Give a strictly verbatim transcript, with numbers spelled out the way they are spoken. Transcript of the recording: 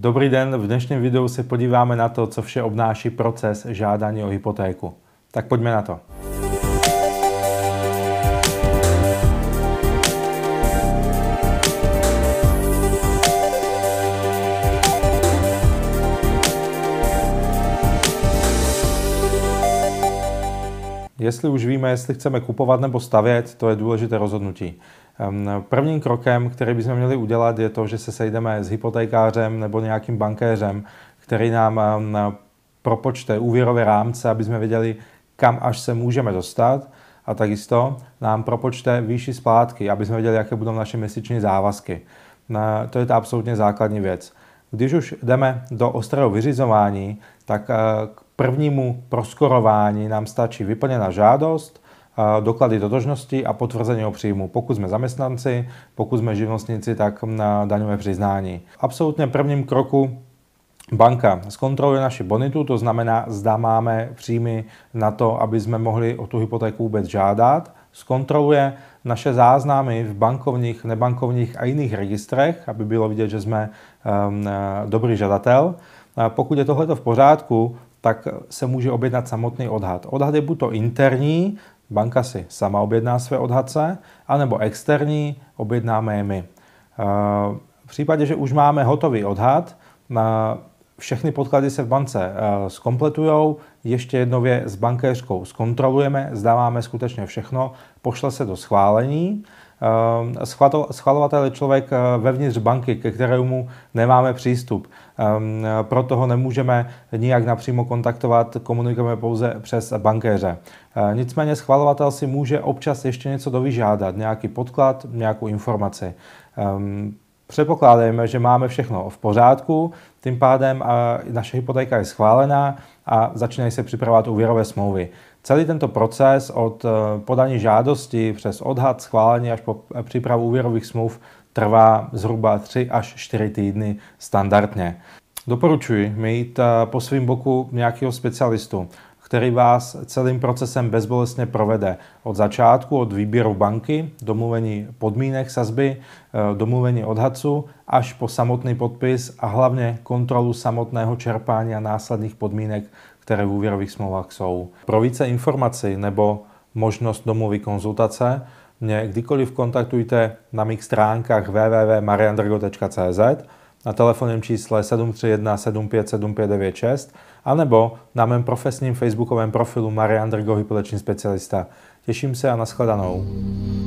Dobrý den, v dnešním videu se podíváme na to, co vše obnáší proces žádání o hypotéku. Tak pojďme na to. Jestli už víme, jestli chceme kupovat nebo stavět, to je důležité rozhodnutí. Prvním krokem, který bychom měli udělat, je to, že se sejdeme s hypotékářem nebo nějakým bankéřem, který nám propočte úvěrové rámce, aby jsme věděli, kam až se můžeme dostat, a takisto nám propočte výši splátky, aby jsme věděli, jaké budou naše měsíční závazky. To je ta absolutně základní věc. Když už jdeme do ostrého vyřizování, tak k prvnímu proskorování nám stačí vyplněná žádost, doklady totožnosti a potvrzení o příjmu. Pokud jsme zaměstnanci, pokud jsme živnostníci, tak na daňové přiznání. Absolutně prvním kroku banka zkontroluje naši bonitu, to znamená, zda máme příjmy na to, aby jsme mohli o tu hypotéku vůbec žádat. Zkontroluje naše záznamy v bankovních, nebankovních a jiných registrech, aby bylo vidět, že jsme um, dobrý žadatel. Pokud je tohleto v pořádku, tak se může objednat samotný odhad. Odhad je buď to interní, banka si sama objedná své odhadce, anebo externí, objednáme je my. V případě, že už máme hotový odhad, všechny podklady se v bance zkompletujou, ještě jednou je s bankéřkou zkontrolujeme, zdáváme skutečně všechno, pošle se do schválení. Schvalovatel je člověk vevnitř banky, ke kterému nemáme přístup. Proto ho nemůžeme nijak napřímo kontaktovat, komunikujeme pouze přes bankéře. Nicméně schvalovatel si může občas ještě něco dovyžádat, nějaký podklad, nějakou informaci. Předpokládáme, že máme všechno v pořádku, tím pádem naše hypotéka je schválená a začínají se připravovat úvěrové smlouvy. Celý tento proces od podání žádosti přes odhad, schválení až po přípravu úvěrových smluv trvá zhruba tři až čtyři týdny standardně. Doporučuji mít po svém boku nějakého specialistu, který vás celým procesem bezbolestně provede od začátku, od výběru banky, domluvení podmínek sazby, domluvení odhadců, až po samotný podpis a hlavně kontrolu samotného čerpání a následných podmínek, které v úvěrových smlouvách jsou. Pro více informací nebo možnost domluvy konzultace mě kdykoliv kontaktujte na mých stránkách w w w tečka mariandrgo tečka c z, na telefonním čísle sedm tři jedna sedm pět sedm pět devět šest anebo na mém profesním facebookovém profilu Marian Drgo, hypoteční specialista. Těším se a nashledanou.